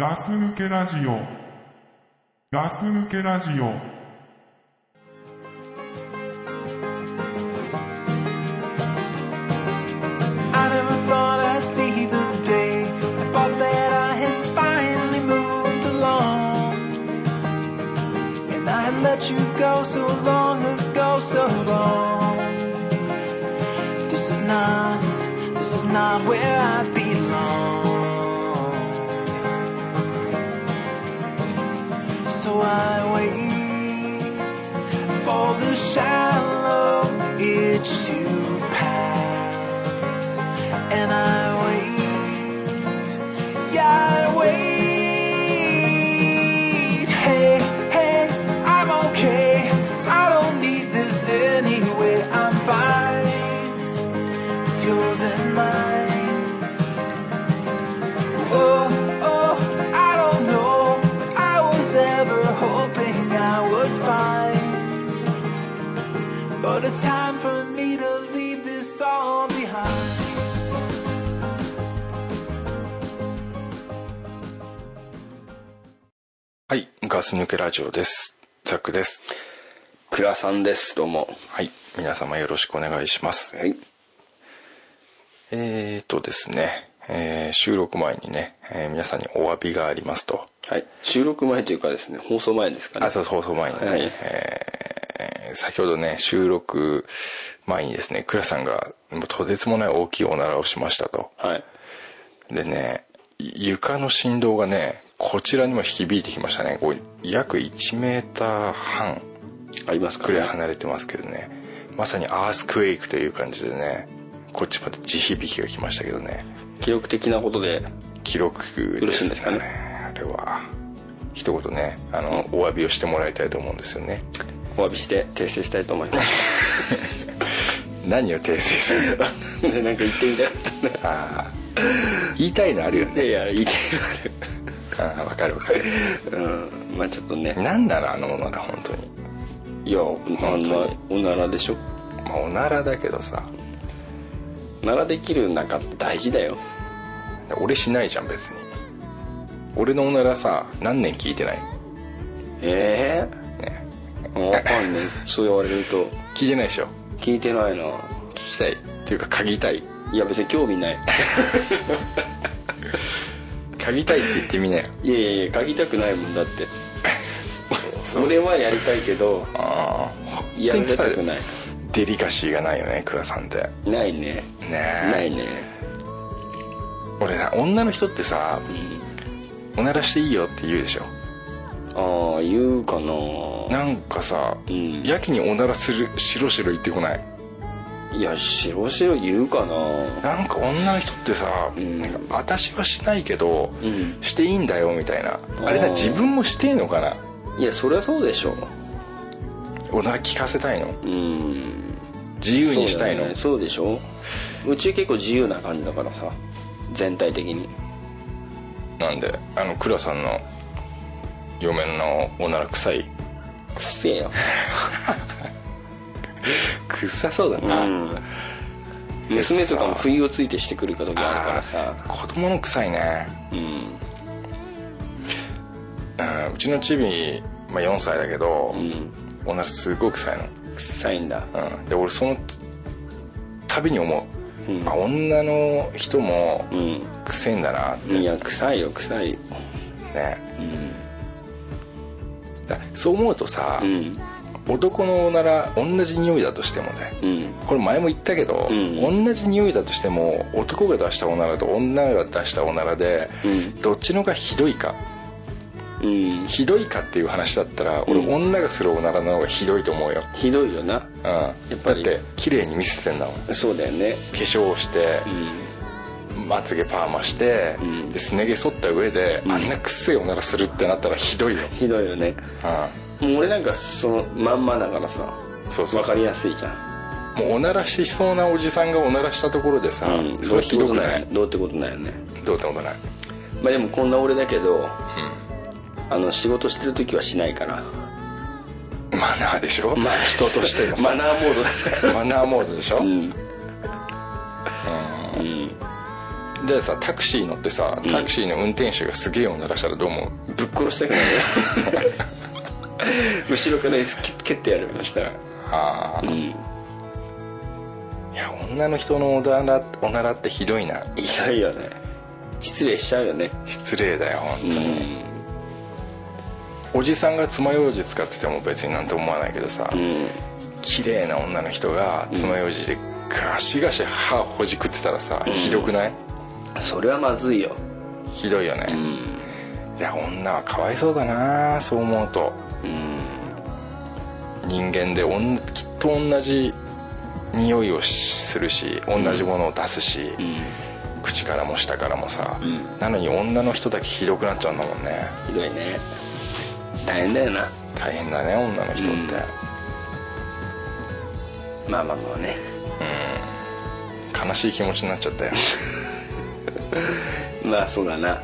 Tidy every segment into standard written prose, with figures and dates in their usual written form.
ガス抜けラジオ。ガス抜けラジオ。 I never thought I'd see the day. I thought that I had finally moved along, and I had let you go so long ago, so long. This is not where I belong. So I wait for the shallow itch to pass, and I wait, yeah, I wait. Hey, hey, I'm okay, I don't need this anyway, I'm fine, it's yours and mine. Oh, oh, I don't know what I was ever hoping I would find, but it's time for me to leave this all behind. はい、ガス抜けラジオです。ザックです。 倉さんです。どうも。 はい、皆様よろしくお願いします。 はい。 ですね、収録前にね、皆さんにお詫びがありますと。 はい。収録前というかですね、放送前ですかね。 そう、放送前にね、 はい、 先ほどね、収録前にですね、倉さんがもうとてつもない大きいおならをしましたと。 はい。 でね、床の振動がね、こちらにも響いてきましたね。こう約1メーター半ありますかね。 くらい離れてますけどね、まさにアースクエイクという感じでね、こっちまで地響きが来ましたけどね。 記録的なことで記録ですね。 よろしいんですかね。 あれは一言ね、お詫びをしてもらいたいと思うんですよね。 お詫びして訂正したいと思います何を訂正するのなんか言ってみたかったな。 言いたいのあるよね。 いや言いたいのある。 わかるわかる。 まあちょっとね。 なんなのおなら本当に。 いやおならでしょ。 まあおならだけどさ。 おならできる中って大事だよ。 俺しないじゃん別に。俺のおならさ何年聞いてない。 ね、分かんないそう言われると。 聞いてないでしょ。 聞いてないな。 聞きたいっていうか嗅ぎたい。 いや別に興味ない嗅ぎたいって言ってみなよ。 いや嗅ぎたくないもんだって俺はやりたいけどやりたくない。 デリカシーがないよね倉さんって。 ないね。ないね。 俺な、女の人ってさ、おならしていいよって言うでしょ。 言うかな。 なんかさ、やけにおならするしろしろ言ってこない。 いやしろしろ言うかな。 なんか女の人ってさ、なんか私はしないけど、していいんだよみたいな。あれな、自分もしていいのかな。 いやそりゃそうでしょ。 おなら聞かせたいの。自由にしたいの。 そうでしょ。うち結構自由な感じだからさ、全体的に。 なんで倉さんの嫁のおなら臭い。 くっせえよ臭そうだな。 娘とかも不意をついてしてくる時あるからさ。 子供の臭いね。うちのチビ、4歳だけど、おならすごい臭いの。 臭いんだ。 で俺その度に思う、女の人も臭いんだなって。 いや臭いよ臭いよね。そう思うとさ、男のおなら同じ匂いだとしてもね、これ前も言ったけど、同じ匂いだとしても男が出したおならと女が出したおならで、どっちのがひどいか、ひどいかっていう話だったら、俺女がするおならの方がひどいと思うよ。 ひどいよな。 やっぱりだって綺麗に見せてんだもん。 そうだよね。 化粧をして、まつげパーマして、ですね毛剃った上で、あんなくっせえおならするってなったらひどいよ。 ひどいよね。もう俺なんかそのまんまだからさ。そう分かりやすいじゃん。 もうおならしそうなおじさんがおならしたところでさ、それはひどくない。 どうってことないよね。 どうってことない。 でもこんな俺だけど、仕事してる時はしないから。 マナーでしょ。人としてのさマナーモードだからマナーモードでしょ。 じゃあさタクシー乗ってさタクシーの運転手がすげえ音鳴らしたらどう思う？ ぶっ殺したくないよ後ろから蹴ってやるましたら。 ああ、いや女の人のおならってひどいな。 ひどいよね。失礼しちゃうよね。 失礼だよ本当に、おじさんが爪楊枝使ってても別になんて思わないけどさ、綺麗な女の人が爪楊枝でガシガシ歯ほじくってたらさ、ひどくない？ それはまずいよ。 ひどいよね、いや女はかわいそうだなそう思うと。人間できっと同じ匂いをするし同じものを出すし、口からも舌からもさ、なのに女の人だけひどくなっちゃうんだもんね。 ひどいね。大変だよな。 大変だね女の人って、 まあね、 悲しい気持ちになっちゃったよまあそうだな。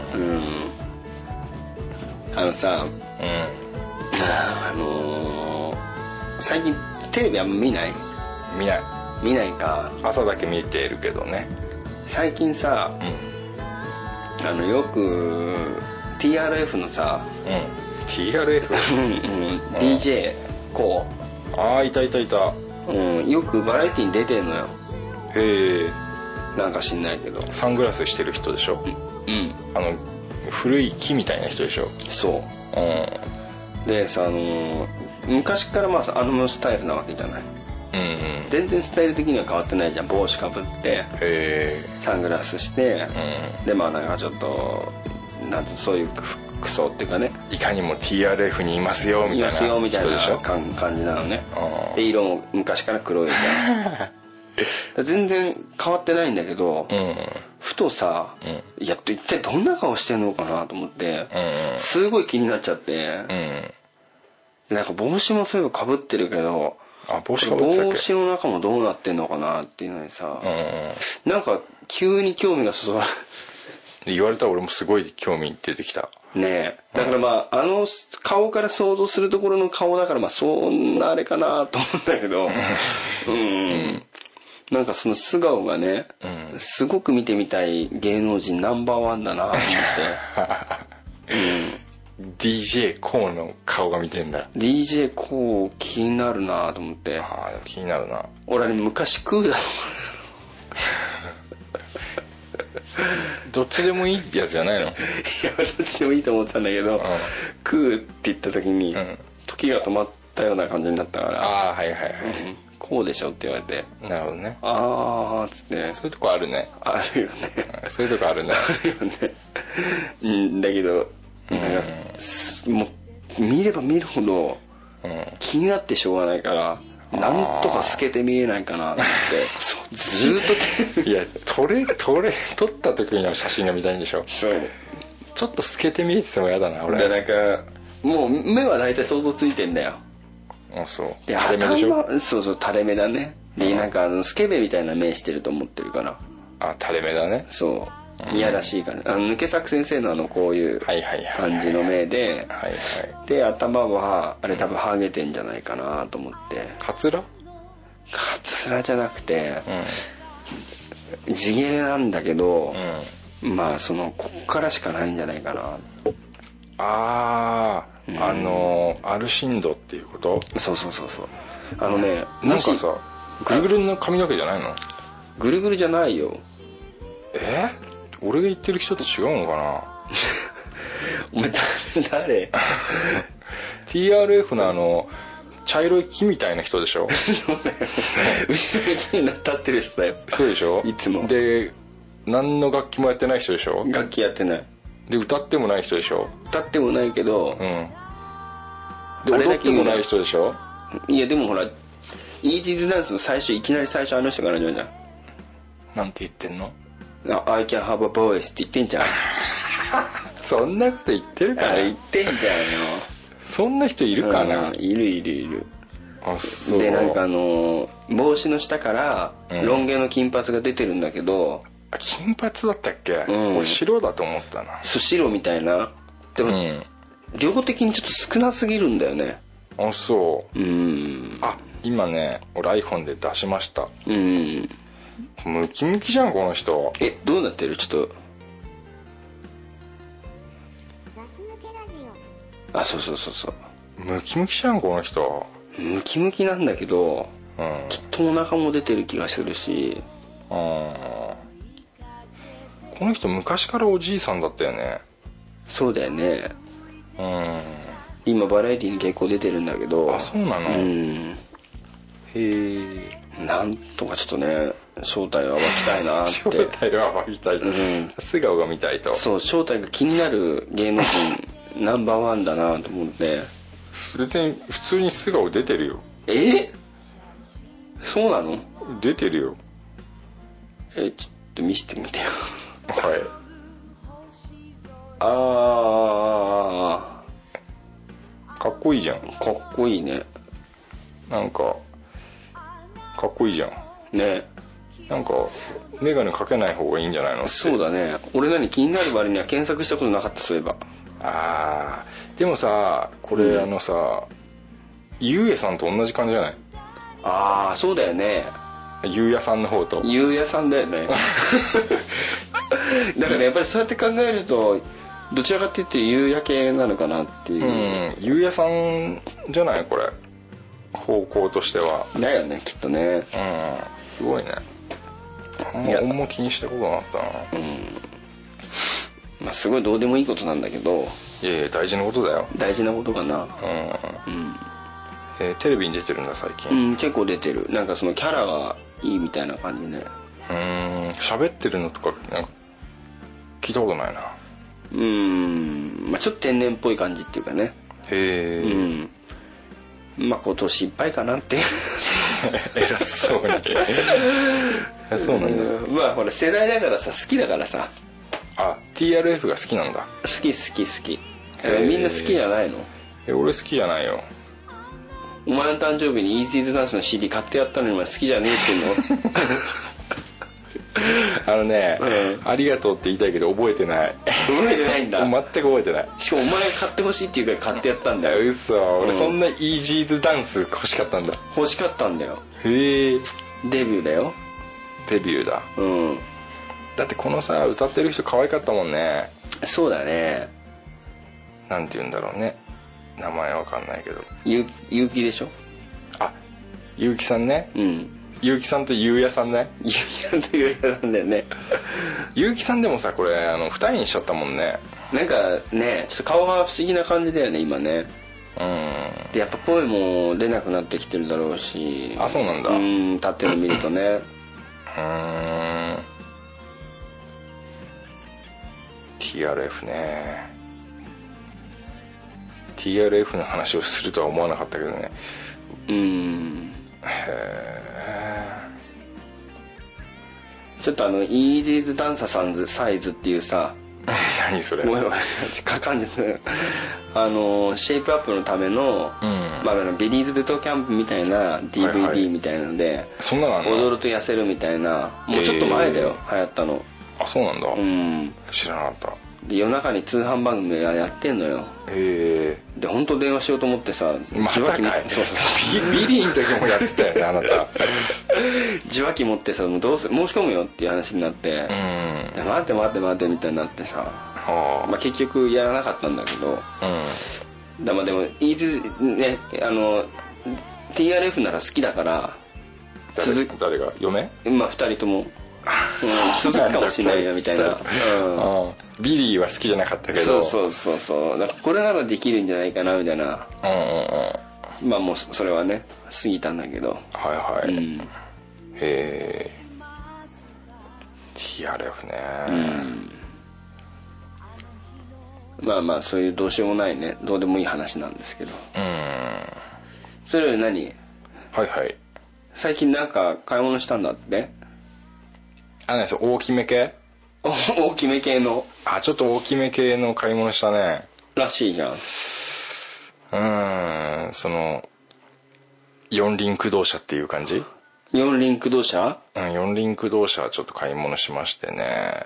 さ、最近テレビあんま見ない？見ないか。 朝だけ見てるけどね。 最近さ、よく TRF のさ、 TRF DJ こう、ああいた、よくバラエティに出てんのよ。 へえ。 なんか知んないけどサングラスしてる人でしょ。古い木みたいな人でしょ。 そう、でさ、昔からまああのスタイルなわけじゃない。全然スタイル的には変わってないじゃん。帽子かぶってサングラスして、でまあなんかちょっとなんてそういう服装っていうかね、 いかにも TRF にいますよみたいな人でしょ。 感じなのね。で色も昔から黒いじゃん全然変わってないんだけど、ふとさ、いや一体どんな顔してんのかなと思って、すごい気になっちゃって、なんか帽子もそういえばかぶってるけど、帽子の中もどうなってんのかなっていうのにさ、なんか急に興味がそそら言われたら俺もすごい興味出てきたね。だからまあ顔から想像するところの顔だから、まあそんなあれかなと思うんだけどなんかその素顔がね、すごく見てみたい芸能人ナンバーワンだなと思って DJ コウの顔が見てんだ。 DJ コウ気になるなと思って。 気になるな。 俺昔クーだとどっちでもいいってやつじゃないの？いやどっちでもいいと思ってたんだけど、クーって言った時に、時が止まったような感じになったから、こうでしょって言われて、 なるほどね。 っつって。 そういうとこあるね。 あるよね。 そういうとこあるね。 あるよね。だけどなんかもう見れば見るほど気になってしょうがないから、なんとか透けて見えないかなと思ってずっといや撮った時の写真が見たいんでしょ。 そう、 ちょっと透けて見えてても嫌だな俺。 でなんかもう目は大体想像ついてんだよ。 そうで垂れ目でしょ。そう垂れ目だね。でなんかスケベみたいな目してると思ってるから。 垂れ目だね。 そういやらしい感じ。抜け作先生のこういう感じの目で、で頭はあれ多分ハゲてんじゃないかなと思って。 カツラじゃなくて、地毛なんだけど、まあこっからしかないんじゃないかな。 アルシンドっていうこと？ そうなんかさぐるぐるの髪の毛じゃないの？ ぐるぐるじゃないよ。 俺が言ってる人と違うのかなお前誰 TRF の茶色い木みたいな人でしょ。 そうだよ。後ろに木に立ってる人だよ。 そうでしょ。 いつもで何の楽器もやってない人でしょ。 楽器やってない。 で歌ってもない人でしょ。 歌ってもないけど、 で踊ってもない人でしょ。 いやでもほらイージーズダンスのいきなり最初あの人から始まるじゃん。 なんて言ってんの ？I can have a voice って言ってんじゃん。 そんなこと言ってるかな。 言ってんじゃんよ。 そんな人いるかな。 いる。 そうでなんか帽子の下からロン毛の金髪が出てるんだけど、 金髪だったっけ？俺白だと思ったな。 白みたいな。でも、量的にちょっと少なすぎるんだよね。 そう。今ね俺 iPhone で出しました。 ムキムキじゃんこの人。 どうなってる？ちょっとそうムキムキじゃんこの人。 ムキムキなんだけど、きっとお腹も出てる気がするし。 この人昔からおじいさんだったよね。 そうだよね。今バラエティに結構出てるんだけど。 あ、そうなの。へえ。 なんとかちょっとね、正体を暴きたいなって。 正体を暴きたい、素顔が見たいと。 そう、正体が気になる芸能人ナンバーワンだなと思って。 別に普通に素顔出てるよ。 そうなの？ 出てるよ。 ちょっと見せてみてよ。 はい。かっこいいじゃん。 かっこいいね。 なんかかっこいいじゃんね。 なんか眼鏡かけない方がいいんじゃないのって。 そうだね。俺気になる割には検索したことなかった。そういえば。 でもさ、これゆうやさんと同じ感じじゃない？ そうだよね。 ゆうやさんの方と。 ゆうやさんだよね。だからやっぱりそうやって考えるとどちらかって言って夕焼けなのかなっていう。 ゆうやさんじゃないこれ、方向としては。 だよね、きっとね。 すごいね。あんま気にしたことなかったな。 すごいどうでもいいことなんだけど。 いや大事なことだよ。 大事なことかな。 テレビに出てるんだ最近。 結構出てる。なんかそのキャラがいいみたいな感じね。 喋ってるのとかなんか聞いたことないな。 ちょっと天然っぽい感じっていうかね。 へえ。 今年いっぱいかなって偉そうに。そうなんだ。 ほら世代だからさ、好きだからさ。 TRF が好きなんだ。 好き。みんな好きじゃないの？ 俺好きじゃないよ。 お前の誕生日に Easy Dance の CD 買ってやったのにお前好きじゃねえって言うの？ ありがとうって言いたいけど覚えてない。 覚えてないんだ。 全く覚えてない。 しかもお前が買ってほしいって言うから買ってやったんだよ。 嘘。俺そんなイージーズダンス欲しかったんだ。 欲しかったんだよ。 へえ。 デビューだよ。 デビューだ。だってこのさ歌ってる人可愛かったもんね。 そうだね。 なんて言うんだろうね、名前わかんないけど。 ゆうきでしょ。 ゆうきさんね。ゆうきさんとゆうやさんね。 ゆうきさんとゆうやさんだよね。 ゆうきさんでもさこれ二重にしちゃったもんね。 なんかね、ちょっと顔が不思議な感じだよね今ね。でやっぱ声も出なくなってきてるだろうし。 そうなんだ。 立ってるの見るとね。 TRF ね。TRF の話をするとは思わなかったけどね。 ちょっとイージーズダンササンズサイズっていうさ。 何それ。 ごめん感じてシェイプアップのための、ビリーズブートキャンプみたいな DVD みたいなので、 そんなの踊ると痩せるみたいな。もうちょっと前だよ、流行ったの。 そうなんだ。知らなかった。 で夜中に通販番組がやってんのよ。で本当電話しようと思ってさ、 ビリーの時もやってたよねあなた。 受話器持ってさ、もうどうする、申し込むよっていう話になって、待ってみたいになってさ、結局やらなかったんだけど、でもいいですね。TRF なら好きだから。 誰が？嫁 2人とも続くかもしれないよみたいな。 ビリーは好きじゃなかったけど。 そうだからこれならできるんじゃないかなみたいな。もうそれはね過ぎたんだけど。へえ。 TRF ね。 そういうどうしようもないね、どうでもいい話なんですけど。それより何？最近なんか買い物したんだって？ 大きめ系？ 大きめ系の。 ちょっと大きめ系の買い物したね。 らしいじゃん。 四輪駆動車っていう感じ？ 四輪駆動車？ 四輪駆動車ちょっと買い物しましてね。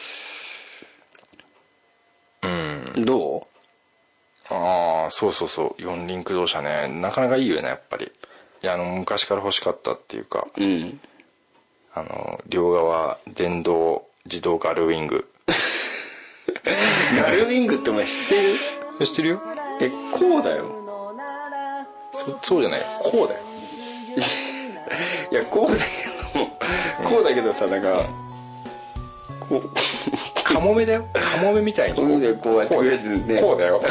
どう？ そう四輪駆動車ね、なかなかいいよねやっぱり。昔から欲しかったっていうか。 両側電動自動ガルウィングガルウィングってお前知ってる？ 知ってるよ。 こうだよ。 そうじゃない、こうだよ。 いやこうだけどこうだけどさ、なんかこうカモメだよ、カモメみたいにこうやってやつね。 こうだよ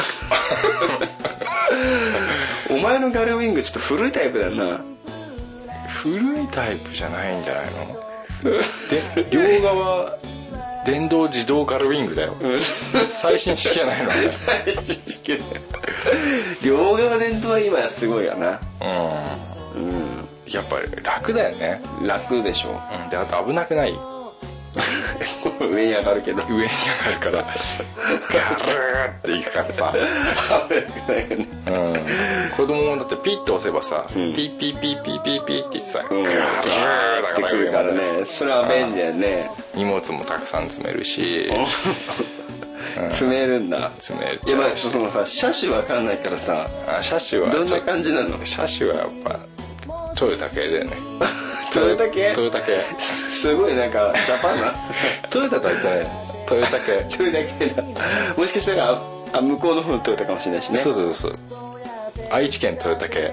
お前のガルウィングちょっと古いタイプだな。 古いタイプじゃないんじゃないの？で両側電動自動ガルウィングだよ。最新式じゃないの？ 最新式両側電動は今すごいよな。 やっぱり楽だよね。 楽でしょ。 であと危なくない？ 上に上がるけど、 上に上がるからガルーっていくからさ子供もだってピッと押せばさ、ピッピッピッピッピッピッって言ってさ、ガルーってくるからね。それは便利だよね。 荷物もたくさん積めるし積めるんだ。 積める。 いやまあそのさ、車種わかんないからさ、 車種はどんな感じなの？ 車種はやっぱトヨタ系だよね。 トヨタ系？ トヨタ系。 すごいなんかジャパンな。 トヨタとは言ってない。トヨタ系。 トヨタ系だ。もしかしたら向こうの方のトヨタかもしれないしね。 そうそうそう。愛知県トヨタ系。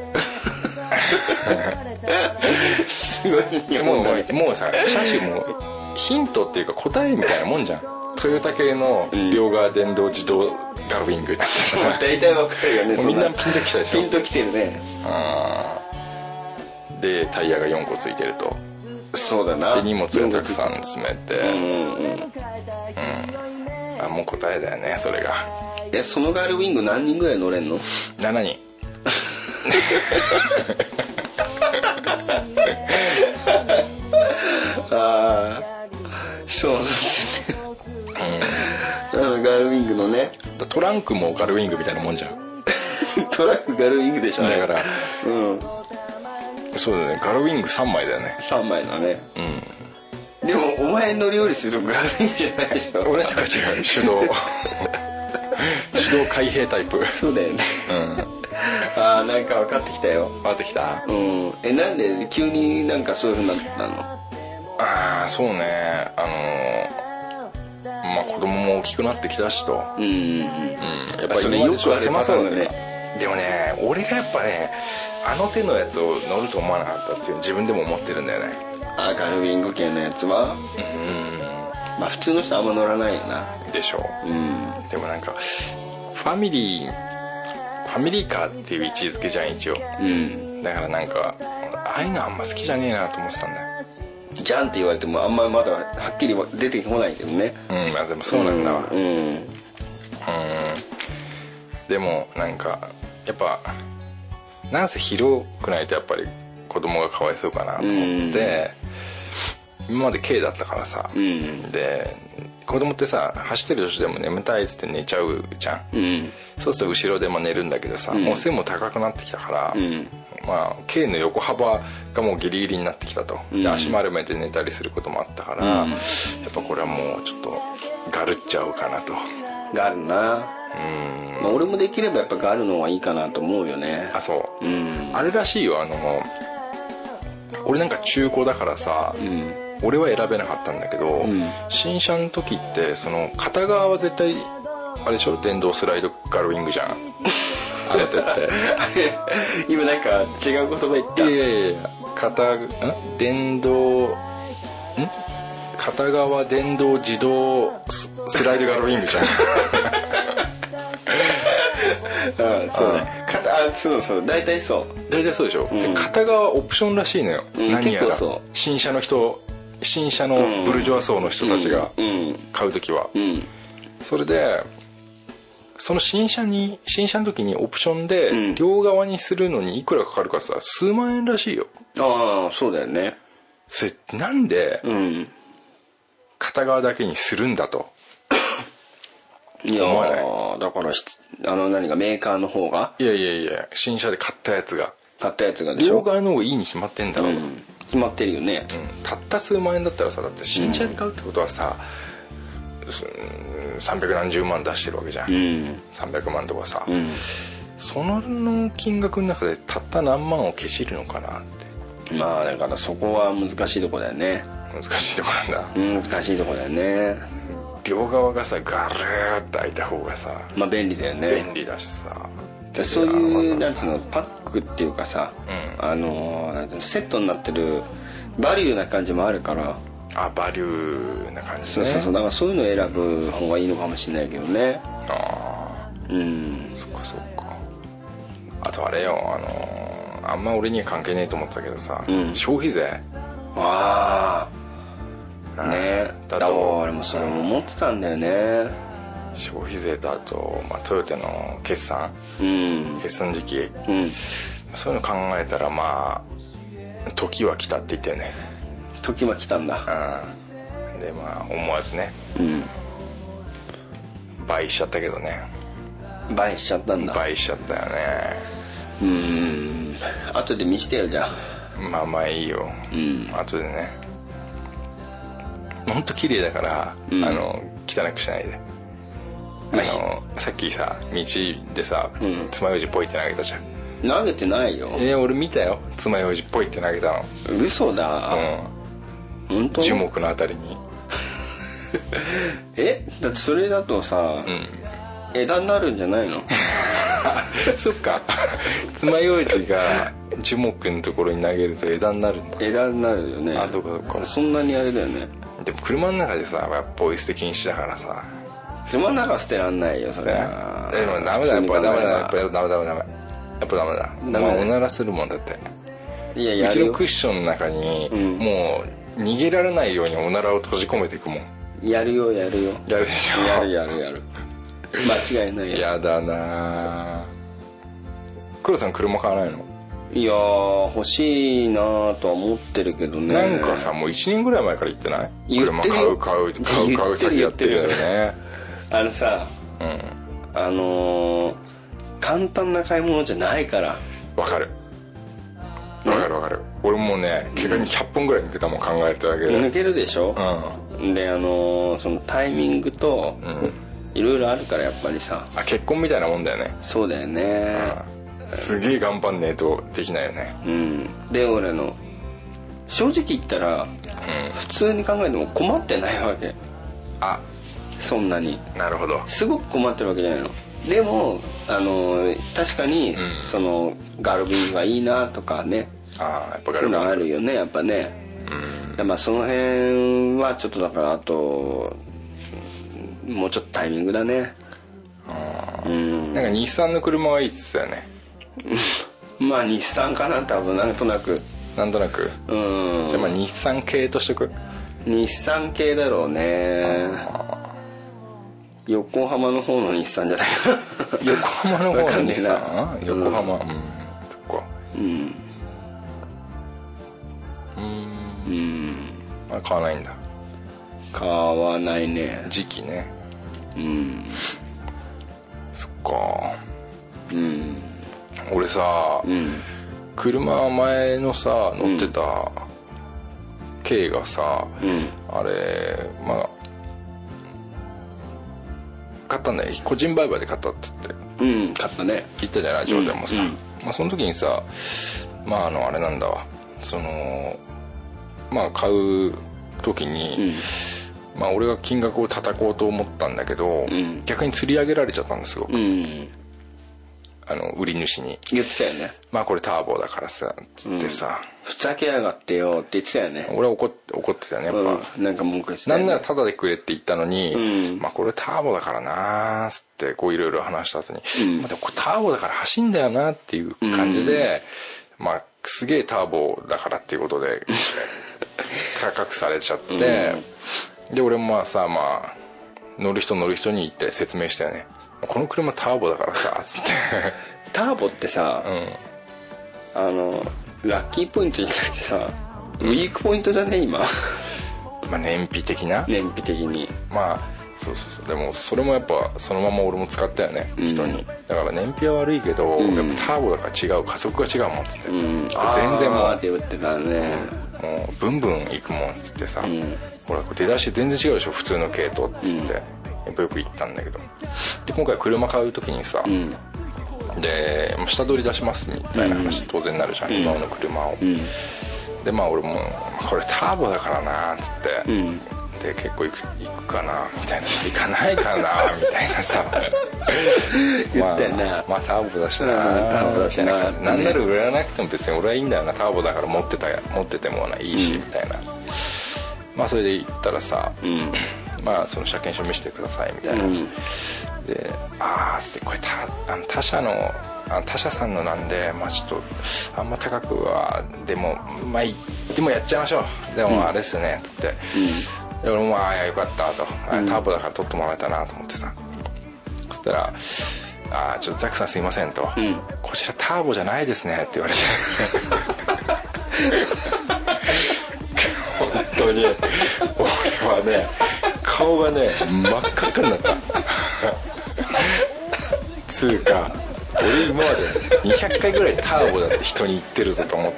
すごい。 もうさ、車種もヒントっていうか答えみたいなもんじゃん。トヨタ系の両側電動自動ガルウィングっつって。 大体わかるよね。 みんなピンときたでしょ。 ピンときてるね。 でタイヤが4個ついてると。 そうだな。 で荷物がたくさん詰めて、もう答えだよねそれが。 そのガルウィング何人ぐらい乗れんの ？7人。 ああそうなんですね。ガルウィングのね。 トランクもガルウィングみたいなもんじゃん。 トランクガルウィングでしょ。 だからそうだね、ガルウィング3枚だよね。 3枚だね。でもお前乗り降りするとガルウィングじゃないでしょ。 俺なんか違う、手動開閉タイプ。 そうだよね。ああなんか分かってきたよ。 分かってきた。 なんで急になんかそういう風になったの？ ああそうね、まあ子供も大きくなってきたしと。やっぱり今まで狭そうだね。でもね、俺がやっぱねあの手のやつを乗ると思わなかったっていう自分でも思ってるんだよね。 ガルウィング系のやつはまあ普通の人はあんま乗らないよな。 でしょ。でもなんかファミリーカーっていう位置づけじゃん一応。だからなんかああいうのあんま好きじゃねえなと思ってたんだよ。 じゃんって言われてもあんままだはっきり出てこないけどね。 まあでもそうなんだわ。でもなんかやっぱなんせ広くないとやっぱり子供がかわいそうかなと思って、今まで軽だったからさ、で子供ってさ走ってる途中でも眠たいっつって寝ちゃうじゃん、そうすると後ろでも寝るんだけどさ、もう背も高くなってきたから、まあ軽の横幅がもうギリギリになってきたと、で足丸めて寝たりすることもあったから、やっぱこれはもうちょっとガルっちゃうかなと。 ガルな。まあ、俺もできればやっぱガルのはいいかなと思うよね。 あそう、あれらしいよ。俺なんか中古だからさ、俺は選べなかったんだけど、新車の時ってその片側は絶対あれでしょ、電動スライドガルウィングじゃん。あの手って今なんか違う言葉言った。 いや電動片側電動自動スライドガルウィングじゃん。 そうね。そう大体そうでしょ、で片側オプションらしいのよ、何やら結構そう。 新車のブルジョア層の人たちが買う時は、それでその新車の時にオプションで両側にするのにいくらかかるかさ、数万円らしいよ。 ああそうだよね。 それなんで片側だけにするんだと。 いやだから何がメーカーの方が、 いや新車で買ったやつがでしょ。 両側の方がいいに決まってんだろうと、 決まってるよね。 たった数万円だったらさ、だって新車で買うってことはさ、300何十万出してるわけじゃん、300万とかさ、その金額の中でたった何万を消しるのかなって。 まあだからそこは難しいとこだよね。 難しいとこなんだ。 難しいとこだよね。 両側がさガルーッと開いた方がさ、 まあ便利だよね。 便利だしさ、 そういうなんつうのパックっていうかさ、なんていうのセットになってるバリューな感じもあるから。 バリューな感じね。 そうだからそういうのを選ぶ方がいいのかもしれないけどね。 そっか。あとあれよ、あんま俺には関係ねえと思ってたけどさ、消費税。ねだから俺もそれも思ってたんだよね。 消費税とあと、トヨタの決算時期、そういうの考えたら時は来たって言ったよね。 時は来たんだ。 で思わずね、倍しちゃったけどね。 倍しちゃったんだ。 倍しちゃったよね。 後で見してよじゃあ。いいよ。後でね。ほんと綺麗だから、汚くしないで。さっきさ道でさ、爪楊枝ポイって投げたじゃん。 投げてないよ。 俺見たよ、爪楊枝ポイって投げたの。 嘘だ。本当？ 樹木のあたりに。 だってそれだとさ、枝になるんじゃないの？ そっか。爪楊枝が樹木のところに投げると枝になるんだ。 枝になるよね。 そうか。 そんなにあれだよね。 でも車の中でさポイ捨て禁止だからさ。 車の中は捨てらんないよそれは。 でもダメだ、やっぱダメだ、やっぱダメだ。おならするもんだって。うちのクッションの中にもう逃げられないようにおならを閉じ込めていくもん。 やるよ。 やるでしょ。 やる。間違いないよ。 やだな。黒さん車買わないの？ いや欲しいなとは思ってるけどね。 なんかさもう1年ぐらい前から言ってない？車買う先やってるよね。 簡単な買い物じゃないから。 わかる。俺もね怪我に100本ぐらい抜けたもん、考えただけで。 抜けるでしょ。でそのタイミングといろいろあるからやっぱりさ。 結婚みたいなもんだよね。 そうだよね。 すげえ頑張んねえとできないよね。 で俺正直言ったら、普通に考えても困ってないわけ。そんなに。なるほど。すごく困ってるわけじゃないの。でも確かに、そのガルビーがいいなとかね。 やっぱガルビーあるよねやっぱね。その辺はちょっとだからあともうちょっとタイミングだね。 なんか日産の車はいいっつったよね。 日産かな多分。なんとなくじゃあ日産系としとく。 日産系だろうね。横浜の方の日産じゃないかな。 横浜の方の日産？横浜。そっか。買わないんだ。 買わないね。 時期ね。そっか。俺さ、車前のさ乗ってた軽がさ、あれ買ったんだよ。個人売買で買ったっつって。 買ったね。 言ったじゃない、ラジオでもさ。その時にさ、あれなんだわ。買う時に、俺が金額を叩こうと思ったんだけど、逆に釣り上げられちゃったんですごく。売り主に言ってたよね。 これターボだからさつってさ、 ふざけやがってよって言ってたよね。 俺は怒ってたよねやっぱ。 なんか文句言ってたよね。 なんならタダでくれって言ったのに、これターボだからなーつってこういろいろ話した後に、でもこれターボだから走んだよなっていう感じで、すげえターボだからっていうことで高くされちゃって、で俺も乗る人に言って説明したよね。この車ターボだからさつってターボってさ、ラッキーポイントじゃなくてさ、ウィークポイントじゃね今。 燃費的にそうでもそれもやっぱそのまま俺も使ったよね、人に。だから燃費は悪いけど、やっぱターボだから違う、加速が違うもんっつって、全然もうって言ってたね。 もうブンブンいくもんっつってさ、ほら出だし全然違うでしょ普通の系統っつって、やっぱよく言ったんだけど。で今回車買う時にさ、で下取り出しますみたいな話当然なるじゃん、今の車を。 でまあ俺もこれターボだからなっつって、で結構行くかなみたいな、行かないかなみたいなさ言ってんな、 まあターボだしな、 ターボだしな、 なんなら売らなくても別に俺はいいんだよな、ターボだから持っててもいいし、みたいな。まあそれで行ったらさ、まあその車検証見せてくださいみたいな、でこれ他社さんのなんで、まあちょっとあんま高くはでもまあでもやっちゃいましょう、でもあれっすねっつって、で俺もよかったと、ターボだから取ってもらえたなと思ってさ、そしたらちょっとザックさんすいませんと、こちらターボじゃないですねって言われて本当に俺はね顔がね真っ赤っかになったつうか俺今まで200回ぐらいターボだって人に言ってるぞと思って、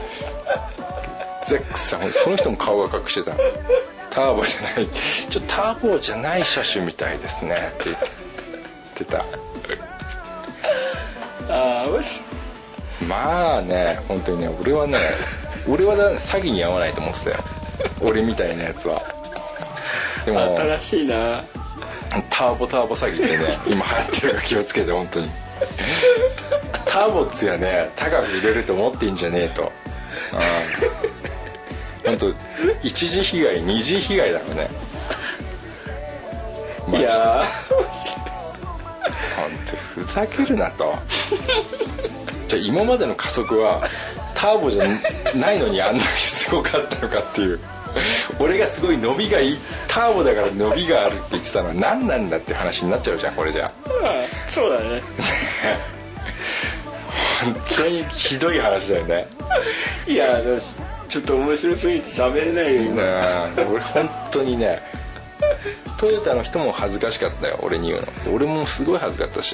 ゼックさんその人も顔が隠してた、ターボじゃない、ターボじゃない車種みたいですねって言ってたまあね本当にね俺は詐欺に遭わないと思ってたよ俺みたいなやつは。でも新しいな、 ターボ詐欺ってね今流行ってるから気をつけて本当にターボっつやね高く売れると思ってんじゃねえと、本当一次被害二次被害だからねいや本当ふざけるなとじゃあ今までの加速はターボじゃないのにあんなにすごかったのかっていう、俺がすごい伸びがいい、ターボだから伸びがあるって言ってたのは何なんだって話になっちゃうじゃんこれじゃ。 そうだね本当にひどい話だよね。 いやでもちょっと面白すぎて喋れないよ今。 俺本当にねトヨタの人も恥ずかしかったよ俺に言うの。俺もすごい恥ずかったし、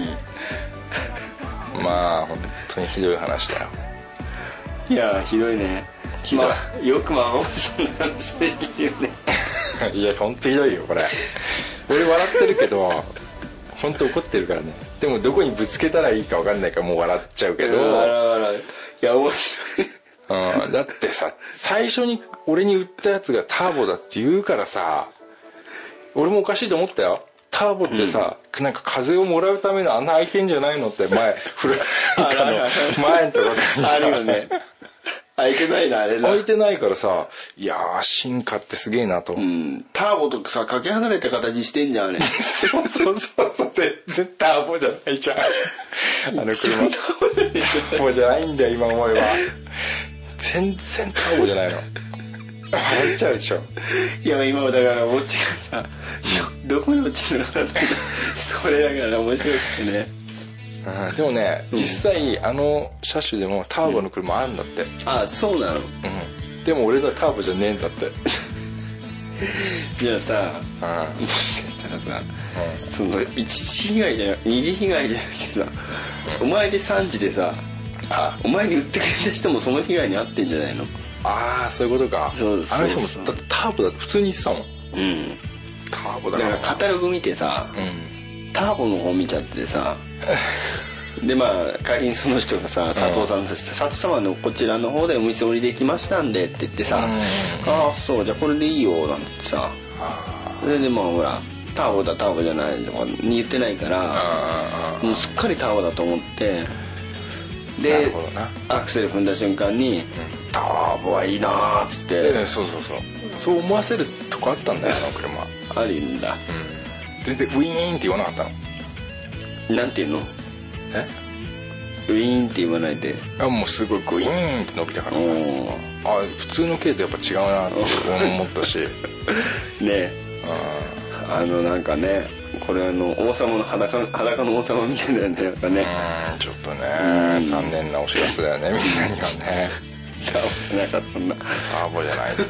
まあ本当にひどい話だよ。 いやひどいね。まあよくまあそんな話できるよねいや本当ひどいよこれ。俺笑ってるけど本当怒ってるからね。でもどこにぶつけたらいいか分かんないからもう笑っちゃうけど、 いや面白いだってさ最初に俺に売ったやつがターボだって言うからさ、俺もおかしいと思ったよ。ターボってさ、なんか風をもらうための穴開いてんじゃないのって前前のところにさあるよね。開いてないなあれな。 開いてないからさ、いやー進化ってすげえなと、 ターボとかさかけ離れた形してんじゃんあれそう全然ターボじゃないじゃんあの車ターボじゃないんだよ今思えば。全然ターボじゃないの。笑っちゃうでしょ。 いや今だからオチがさどこに落ちるのかなってそれだから面白くてね。 でもね、実際あの車種でもターボの車あるんだって。 あ、そうなの。 でも俺のターボじゃねえんだってじゃあさ、もしかしたらさ、その一次被害じゃなく二次被害じゃなくてさ、お前で3次でさ、お前に売ってくれた人もその被害に遭ってんじゃないの。 ああそういうことか。 そうあの人もだってターボだって普通に言ってたもん。ターボだから。 カタログ見てさ、ターボの方見ちゃってさでまあ仮にその人がさ佐藤さんとして、佐藤様のこちらの方でお見積もりできましたんでって言ってさ、ああそうじゃあこれでいいよなんてさ、でもほらターボだターボじゃないとか言ってないからもうすっかりターボだと思ってでアクセル踏んだ瞬間に、ターボはいいなーっつって、 そう思わせるとこあったんだよあの車。 あるんだ。 全然ウィーンって言わなかったの。 なんていうの？ウィーンって言わないで。 もうすごいグイーンって伸びたからさ、普通の軽とやっぱ違うなって思ったしねなんかねこれ王様の裸の王様みたいなねやっぱね。 ちょっとね、残念なお知らせだよねみんなにはね。 ターボじゃなかったんだ。 ターボじゃないっていう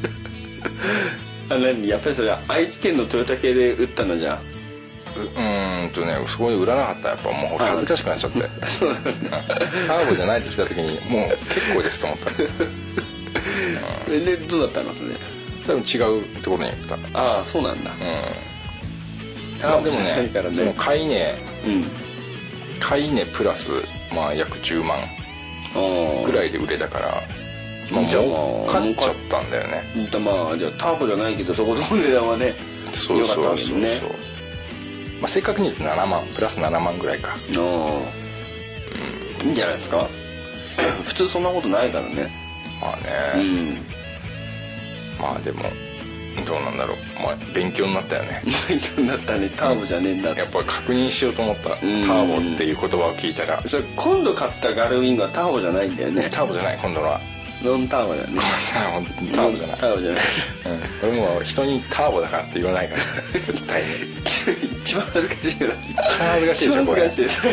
何やっぱりそれは愛知県のトヨタ系で売ったのじゃ。 そこで売らなかった。やっぱもう恥ずかしくなっちゃってそうなんだ。 ターボじゃないって来た時にもう結構ですと思ったでどうだったのそれ。 多分違うところに売った。 ああそうなんだ。 でもねそのカイネプラスまあ約10万ぐらいで売れたから、 まあ儲かっちゃったんだよね。 まあじゃあターボじゃないけどそこそこ値段はね良かったわけね。 まあ正確に言うと7万プラス7万ぐらいか。 いいんじゃないですか。普通そんなことないからね。 まあね、まあでもどうなんだろう、まあ勉強になったよね。 勉強になったね。ターボじゃねえんだって、 やっぱり確認しようと思った。ターボっていう言葉を聞いたら、 それ今度買ったガルウィングはターボじゃないんだよね。 ターボじゃない、今度のはノンターボだよね。 ターボじゃない。 ターボじゃない。 俺も人にターボだからって言わないから絶対に。 一番恥ずかしいよな。 一番恥ずかしいでしょこれ。 一番恥ずかしいそれ。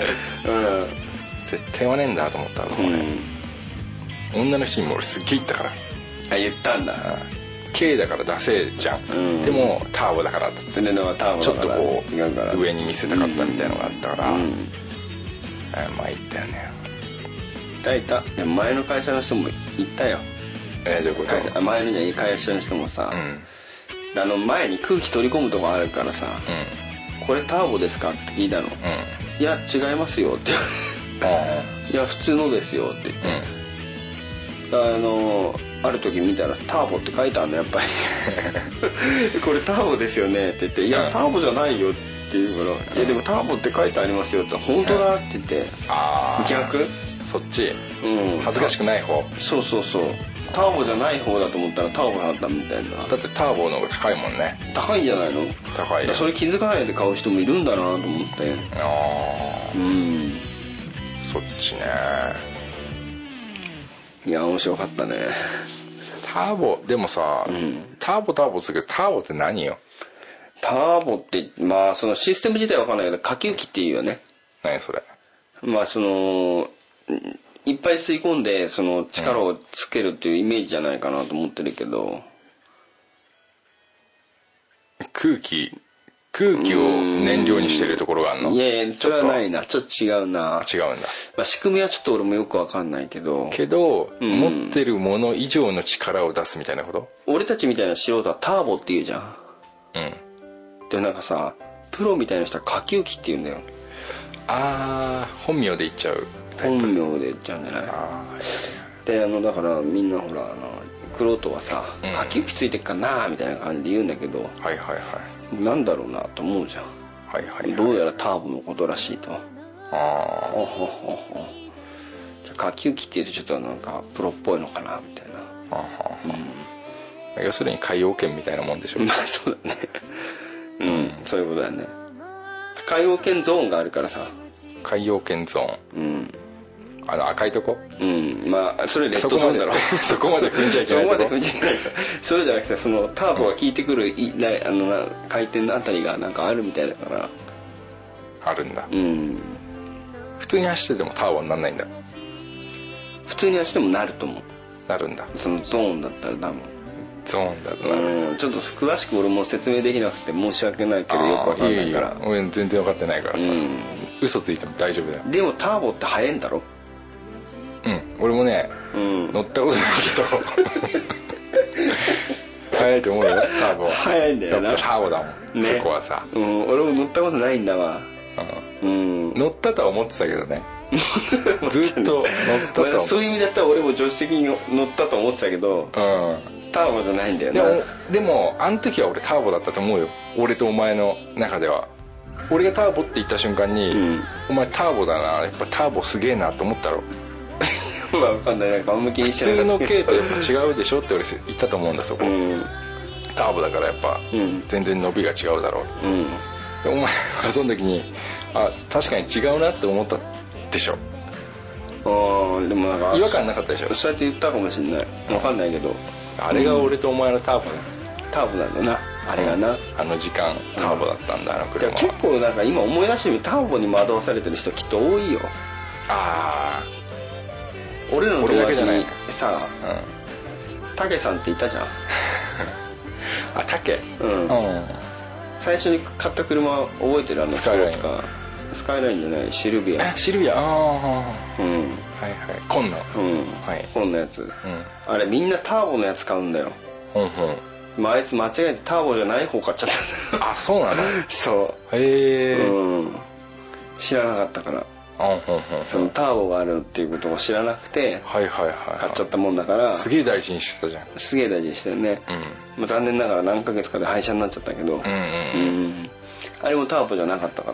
絶対言わねえんだと思ったのもね。女の人にも俺すっげえ言ったから。 あ、言ったんだ。 K だから出せじゃん、でもターボだからっつってちょっとこう上に見せたかったみたいのがあったから、まあ言ったよね。 いたでも前の会社の人も言ったよ。 どういうこと？ 前のに会社の人もさ、前に空気取り込むとこあるからさ、これターボですかって聞いたの。いや違いますよって言われて、いや普通のですよって言って、ある時見たらターボって書いてあるのやっぱりこれターボですよねって言って、いやターボじゃないよって言うから、いやでもターボって書いてありますよって本当だって言って、逆そっち、恥ずかしくない方。 そうターボじゃない方だと思ったらターボだったみたいな。 だってターボの方が高いもんね。 高いんじゃないの？ 高いよ。 それ気づかないで買う人もいるんだなと思って。 そっちね。 いや面白かったね。 ターボでもさ、ターボするけどターボって何よ？ ターボってまあそのシステム自体は分かんないけど下級機っていうよね。 何それ？ まあそのいっぱい吸い込んでその力をつけるっていうイメージじゃないかなと思ってるけど、 空気を燃料にしてるところがあるの？ いやそれはないな。ちょっと違うな。 違うんだ。 まあ、仕組みはちょっと俺もよく分かんないけど、 持ってるもの以上の力を出すみたいなこと？ 俺たちみたいな素人はターボって言うじゃん。でなんかさプロみたいな人は下級機って言うんだよ。 本名で言っちゃうタイプ。 本名で言っちゃうんじゃない？でだからみんなほら玄人はさ、下級機ついてっかなみたいな感じで言うんだけど、なんだろうなと思うじゃん。どうやらターボのことらしいと。じゃあ下級機って言うとちょっとなんかプロっぽいのかなみたいな。 要するに海洋圏みたいなもんでしょ。 まあそうだね。そういうことだよね。海洋圏ゾーンがあるからさ。 海洋圏ゾーン。赤いとこ？ まあそれレッドゾーンだろ。 そこまで踏んじゃいけない。 そこまで踏んじゃいけないさ。それじゃなくてそのターボが効いてくる回転のあたりがなんかあるみたいだから。 あるんだ。普通に走っててもターボにならないんだ。 普通に走ってもなると思う。 なるんだ。 そのゾーンだったら多分。 ゾーンだとなる。 ちょっと詳しく俺も説明できなくて申し訳ないけどよくわかんないから。 俺全然分かってないからさ。嘘ついても大丈夫だよ。 でもターボって速いんだろ？ 俺もね、乗ったことないけど速いと思うよ。ターボは速いんだよな。 やっぱターボだもんね。そこはさ、 俺も乗ったことないんだわ。 乗ったとは思ってたけどね。ずっと乗ったと。 そういう意味だったら俺も助手席に乗ったと思ってたけど、ターボじゃないんだよな。 でもあの時は俺ターボだったと思うよ。俺とお前の中では。俺がターボって言った瞬間に、お前ターボだな、やっぱターボすげえなと思ったろ。 まあ分かんない。なんかあんま気にしてない。 普通の軽とやっぱ違うでしょって俺言ったと思うんだそこ。ターボだからやっぱ全然伸びが違うだろう。でお前はその時に確かに違うなって思ったでしょ。 でもなんか違和感なかったでしょ。 そうやって言ったかもしれない。分かんないけど、 あれが俺とお前のターボだ。 ターボなんだなあれがな。 あの時間ターボだったんだ、あの車は。 結構なんか今思い出してみるターボに惑わされてる人きっと多いよ。俺の友達にさ、タケさんっていたじゃん。 タケ？ 最初に買った車覚えてる？スカイライン。スカイラインじゃない、シルビア。 シルビア。紺の。 紺のやつ。あれみんなターボのやつ買うんだよ。あいつ間違えてターボじゃない方買っちゃったんだよ。 そうなの？ そう。 へえ。 知らなかったから。 そのターボがあるっていうことを知らなくて買っちゃったもんだから、 すげえ大事にしてたじゃん。 すげえ大事にしてるね、まあ、残念ながら何ヶ月かで廃車になっちゃったけど、あれもターボじゃなかったから。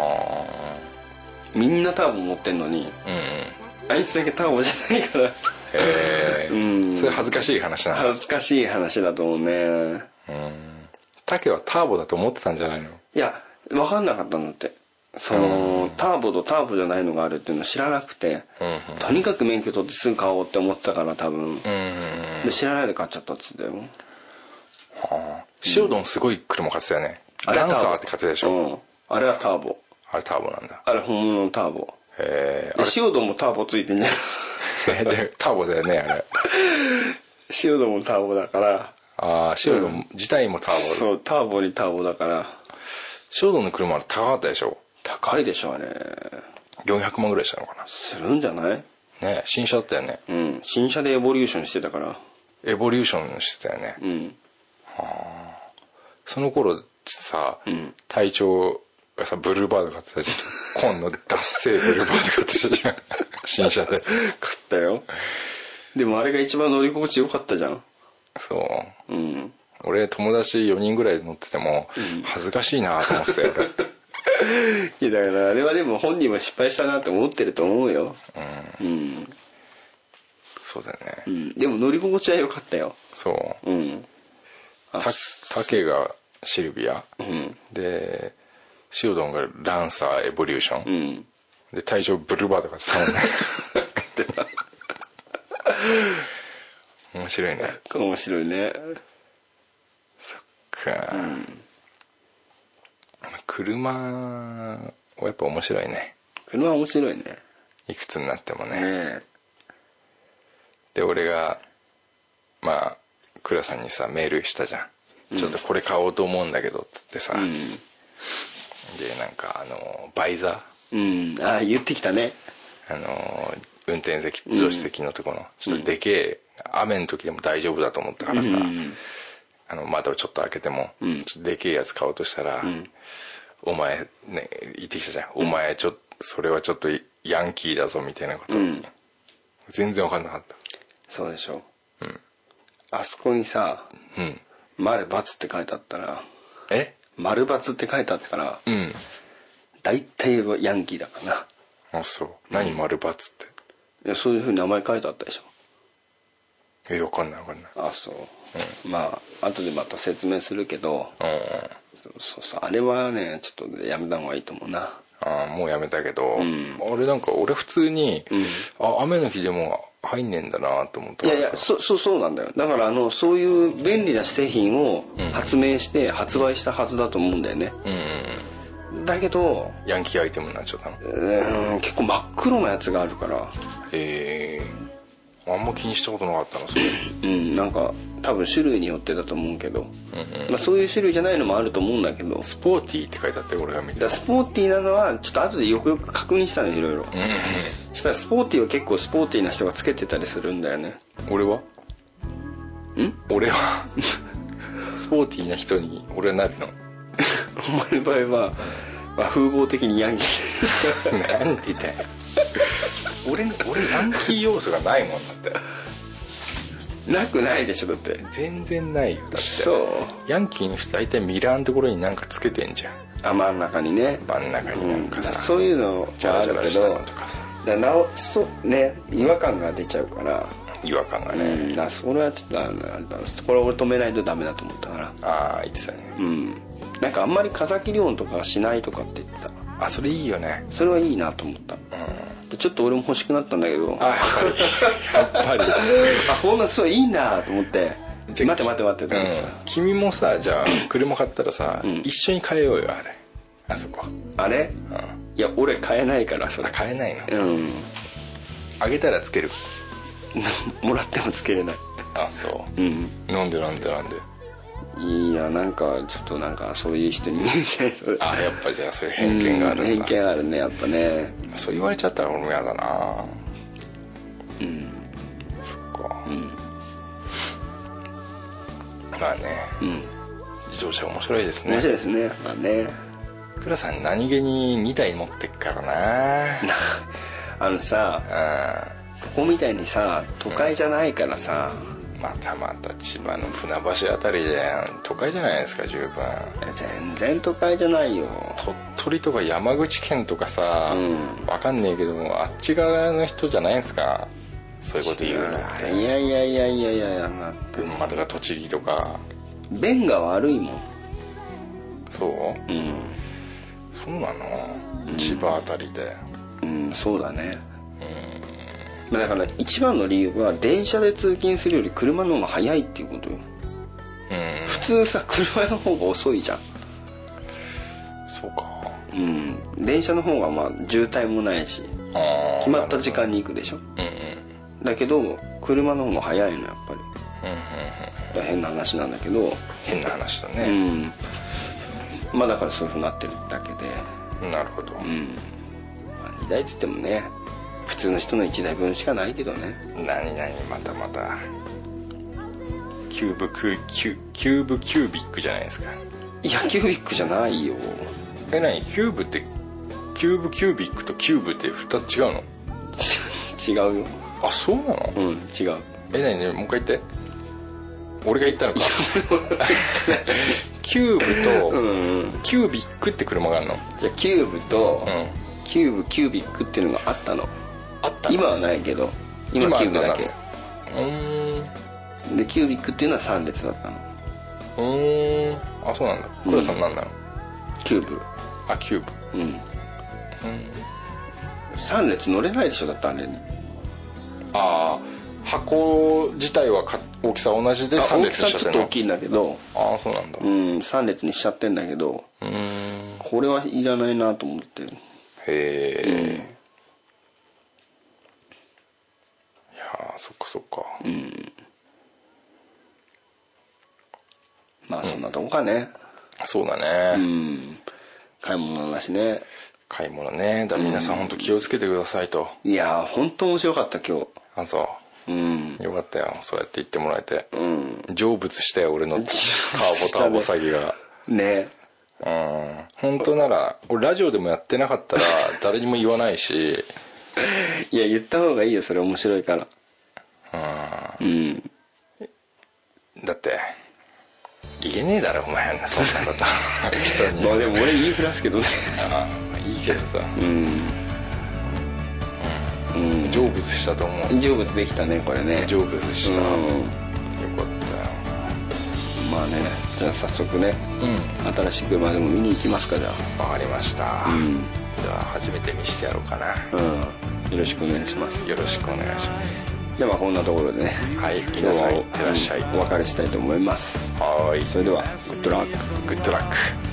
みんなターボ持ってんのに、あいつだけターボじゃないからそれ恥ずかしい話なんだ。 恥ずかしい話だと思うね。 竹はターボだと思ってたんじゃないの？ いや分かんなかったんだって。そのターボとターボじゃないのがあるっていうのを知らなくて、とにかく免許取ってすぐ買おうって思ってたから多分、で知らないで買っちゃったっつってよ。 シオドンすごい車買ってたよね。ランサーって買ってたでしょ。 あれはターボ。 あれターボなんだ。 あれ本物のターボ。シオドンもターボついてんじゃん。 でターボだよねあれ。 シオドンもターボだから。 ああ、シオドン自体もターボ。 そう、ターボにターボだから。 シオドンの車は高かったでしょ。 高いでしょあれ。 400万ぐらいしたのかな。 するんじゃない？ ね、新車だったよね。 新車でエボリューションしてたから。 エボリューションしてたよね。その頃さ、隊長がさブルーバード買ってたじゃん。紺のダッセーブルーバード買ってたじゃん。新車で。買ったよ。でもあれが一番乗り心地良かったじゃん。 そう。俺友達4人ぐらい乗ってても恥ずかしいなと思ってたよいやだからあれはでも本人も失敗したなって思ってると思うよ。 そうだよね。 でも乗り心地は良かったよ。 そう。竹がシルビア、でシオドンがランサーエボリューション、で隊長ブルーバードが3年面白いね。 面白いね。 そっか、車はやっぱ面白いね。 車は面白いね。 いくつになってもね。で俺がまあ倉さんにさメールしたじゃん、ちょっとこれ買おうと思うんだけどっつってさ、でなんかバイザー、ああ言ってきたね。 運転席助手席のところのちょっとでけえ、雨の時でも大丈夫だと思ったからさ、窓をちょっと開けても、ちょっとでけえやつ買おうとしたら、お前ね言ってきたじゃん、お前それはちょっとヤンキーだぞみたいなこと、全然分かんなかった。 そうでしょ。あそこにさ「丸×」って書いてあったら「丸×」って書いてあったから大体はヤンキーだからな。 あ、そう。何丸×って。 いやそういうふうに名前書いてあったでしょ。 分かんない。 あ、そう、まあ後でまた説明するけど、そうあれはねちょっとやめた方がいいと思うな。 もうやめたけど、俺普通に、雨の日でも入んねえんだなと思ったからさ。いやそうなんだよ。だからそういう便利な製品を発明して発売したはずだと思うんだよね。だけどヤンキーアイテムになっちゃったの。 結構真っ黒なやつがあるから。 あんま気にしたことなかったのそれ。 なんか多分種類によってだと思うけど、そういう種類じゃないのもあると思うんだけど。 スポーティーって書いてあって俺が見てた。 スポーティーなのはちょっと後でよくよく確認したのいろいろ。したらスポーティーは結構スポーティーな人がつけてたりするんだよね。 俺はスポーティーな人に俺はなるの？ お前の場合は、風貌的にヤンキーなんでだよ。俺ヤンキー要素がないもんだってなくないでしょ。だって全然ないよ。だってそうヤンキーの人大体ミラーのところになんかつけてんじゃん。 真ん中にね。 真ん中になんかさ、 そういうのはあるけど違和感が出ちゃうから。 違和感がね。 それはちょっとこれ俺止めないとダメだと思ったから。 言ってたね。 なんかあんまり風切り音とかしないとかって言ってた。それいいよね。 それはいいなと思った。ちょっと俺も欲しくなったんだけど。 やっぱりこんなそういいなと思って。待って君もさ、じゃあ車買ったらさ、一緒に買えようよ。あそこあれ、いや俺買えないからそれ。 買えないの？あげたらつける。 もらってもつけれない。 そう。なんでいやなんかちょっとなんかそういう人に見えちゃいそう。 やっぱじゃあそういう偏見があるんだ。 偏見あるねやっぱね。 そう言われちゃったら俺も嫌だな。そっか。まあね、自動車面白いですね。 面白いですね。まあね。 倉さん何気に2台持ってっからなさ、ここみたいにさ都会じゃないからさ、 また千葉の船橋あたりで都会じゃないですか。十分全然都会じゃないよ。 鳥取とか山口県とかさ、わかんねえけどもあっち側の人じゃないですか、そういうこと言うのって。 いや群馬とか栃木とか便が悪いもん。 そう？そうなの？千葉あたりで。 そうだね。だから一番の理由は電車で通勤するより車の方が早いっていうことよ。普通さ車の方が遅いじゃん。 そうか。 電車の方が渋滞もないし決まった時間に行くでしょ。だけど車の方が早いのやっぱり。変な話なんだけど。 変な話だね。 だからそういうふうになってるだけで。 なるほど。 2台っつってもね普通の人の1台分しかないけどね。 何またキューブキュービックじゃないですか。 いやキュービックじゃないよ。 何キューブってキュービックとキューブって2つ違うの？ 違うよ。 あ、そうなの？ 違う。 何もう一回言って。俺が言ったのか。キューブとキュービックって車があるの？ いやキューブとキュービックっていうのがあったの。 あったの？ 今はないけど今キューブだけ。でキュービックっていうのは3列だったの。 あ、そうなんだ。倉さん何なの？ キューブ。 あ、キューブ。 3列乗れないでしょだってあれに。 箱自体は大きさ同じで3列にしちゃってるの？大きさちょっと大きいんだけど。 そうなんだ。 3列にしちゃってんだけどこれはいらないなと思って。へえ。いやそっか。 そんなとこかね。 そうだね。 買い物だしね。 買い物ね。だから皆さん本当気をつけてくださいと。 いや本当面白かった今日。 あ、そう。よかったよ、そうやって言ってもらえて。成仏したよ俺のターボ詐欺が。 ね。 本当なら俺ラジオでもやってなかったら誰にも言わないし。 いや言った方がいいよ、それ面白いから。 だって言えねえだろお前そんなこと人に。 でも俺言いふらすけどね。 いいけどさ。成仏したと思う。 成仏できたねこれね。 成仏した。よかったよ。 じゃあ早速ね、新しい車でも見に行きますか。じゃあわかりました。では初めて見してやろうかな。 よろしくお願いします。 よろしくお願いします。 ではこんなところでね、 皆さんいってらっしゃい。 お別れしたいと思います。 はい。 それではグッドラック。 グッドラック。